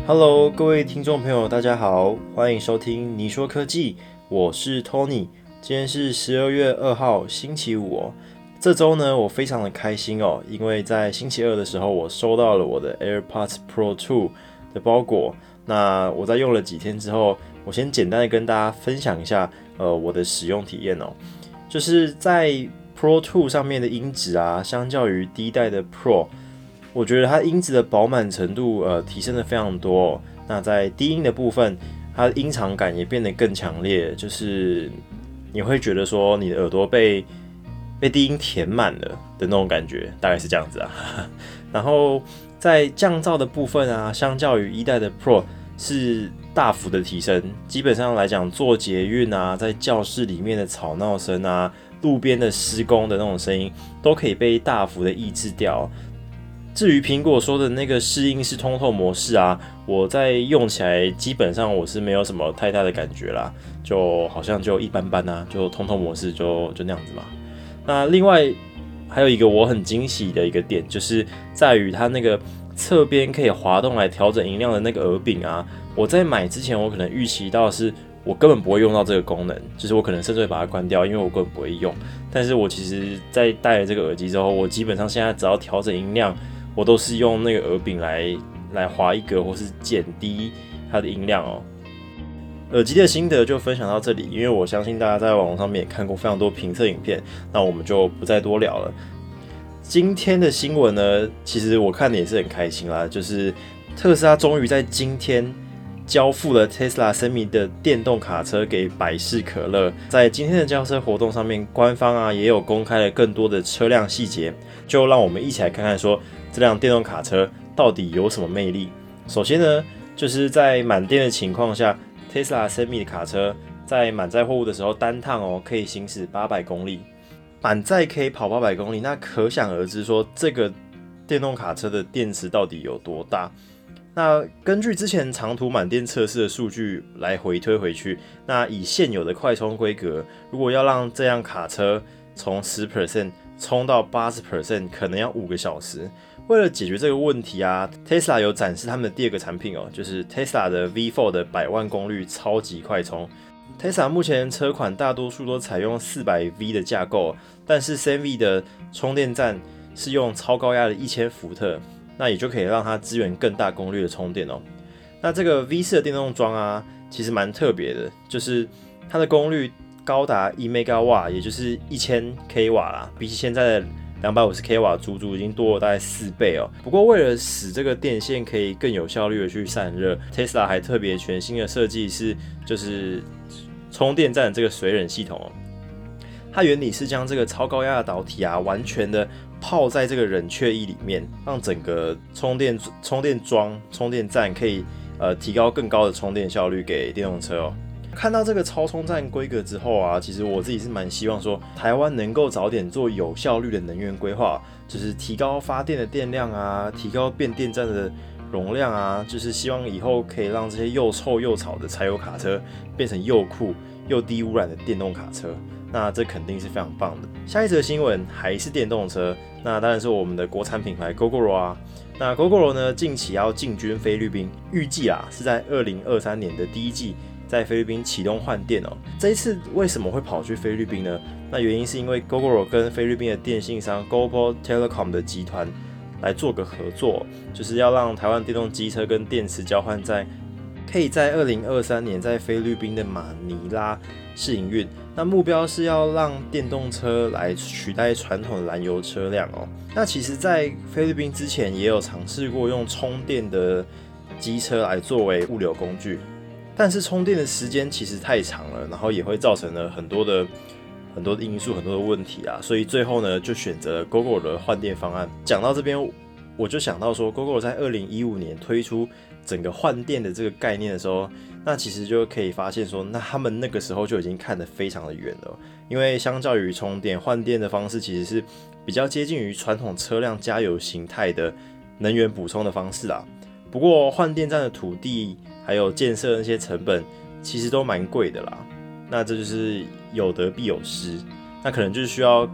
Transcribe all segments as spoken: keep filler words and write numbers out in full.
Hello，各位听众朋友，大家好，欢迎收听你说科技，我是 Tony。今天是十二月二号，星期五哦。这周呢，我非常的开心哦，因为在星期二的时候，我收到了我的 AirPods Pro 二的包裹。那我在用了几天之后，我先简单的跟大家分享一下，呃，我的使用体验哦。就是在 Pro 二上面的音质啊，相较于第一代的 Pro。我觉得它音质的饱满程度，呃，提升的非常多哦。那在低音的部分，它的音场感也变得更强烈，就是你会觉得说你的耳朵被被低音填满了的那种感觉，大概是这样子啊。然后在降噪的部分啊，相较于一代的 Pro 是大幅的提升。基本上来讲，做捷运啊，在教室里面的吵闹声啊，路边的施工的那种声音，都可以被大幅的抑制掉。至于苹果说的那个适应式通透模式啊，我在用起来基本上我是没有什么太大的感觉啦，就好像就一般般啊，就通透模式就就那样子嘛。那另外还有一个我很惊喜的一个点，就是在于它那个侧边可以滑动来调整音量的那个耳柄啊，我在买之前我可能预期到是我根本不会用到这个功能，就是我可能甚至会把它关掉，因为我根本不会用。但是我其实在戴了这个耳机之后，我基本上现在只要调整音量，我都是用那个耳柄来来滑一格，或是减低它的音量哦。耳机的心得就分享到这里，因为我相信大家在网络上面也看过非常多评测影片，那我们就不再多聊了。今天的新闻呢，其实我看的也是很开心啦，就是特斯拉终于在今天交付了 Tesla Semi 的电动卡车给百事可乐。在今天的交车活动上面，官方啊也有公开了更多的车辆细节，就让我们一起来看看说这辆电动卡车到底有什么魅力。首先呢，就是在满电的情况下 ，Tesla Semi 的卡车在满载货物的时候，单趟哦可以行驶八百公里，满载可以跑八百公里，那可想而知说这个电动卡车的电池到底有多大。那根据之前长途满电测试的数据来回推回去，那以现有的快充规格，如果要让这辆卡车从 百分之十 充到 百分之八十， 可能要五个小时。为了解决这个问题啊 ，Tesla 有展示他们的第二个产品哦，就是 Tesla 的 V 四 的百万功率超级快充。Tesla 目前车款大多数都采用 四百V 的架构，但是 三 V 的充电站是用超高压的一千伏特。那也就可以让它支援更大功率的充电哦。那这个 V 四 的电动桩啊，其实蛮特别的，就是它的功率高达一 megawatt， 也就是一千 k 瓦啦，比起现在的两百五十 k 瓦，足足已经多了大概四倍哦。不过为了使这个电线可以更有效率的去散热 ，Tesla 还特别全新的设计是，就是充电站的这个水冷系统哦。它原理是将这个超高压的导体啊，完全的泡在这个冷却液里面，让整个充电充电桩、充电站可以呃提高更高的充电效率给电动车哦。看到这个超充站规格之后啊，其实我自己是蛮希望说，台湾能够早点做有效率的能源规划，就是提高发电的电量啊，提高变电站的容量啊，就是希望以后可以让这些又臭又吵的柴油卡车变成又酷又低污染的电动卡车。那这肯定是非常棒的。下一则新闻还是电动车，那当然是我们的国产品牌 Gogoro 啊。那 Gogoro 呢，近期要进军菲律宾，预计啊是在二零二三年的第一季在菲律宾启动换电哦。这一次为什么会跑去菲律宾呢？那原因是因为 Gogoro 跟菲律宾的电信商 Global Telecom 的集团来做个合作，就是要让台湾电动机车跟电池交换站可以在二零二三年在菲律宾的马尼拉试营运。那目标是要让电动车来取代传统的燃油车辆哦。那其实，在菲律宾之前也有尝试过用充电的机车来作为物流工具，但是充电的时间其实太长了，然后也会造成了很多的很多的因素、很多的问题啊，所以最后呢就选择了 Gogoro 的换电方案。讲到这边，我就想到说 ，Gogoro 在二零一五年推出整个换电的这个概念的时候，那其实就可以发现说，那他们那个时候就已经看得非常的远了。因为相较于充电，换电的方式其实是比较接近于传统车辆加油形态的能源补充的方式啦。不过换电站的土地还有建设那些成本，其实都蛮贵的啦。那这就是有得必有失，那可能就是需要跟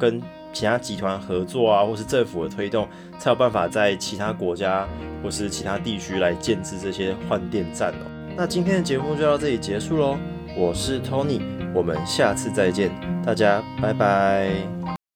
其他集团合作啊，或是政府的推动，才有办法在其他国家或是其他地区来建置这些换电站哦。那今天的节目就到这里结束喽，我是 Tony，我们下次再见，大家拜拜。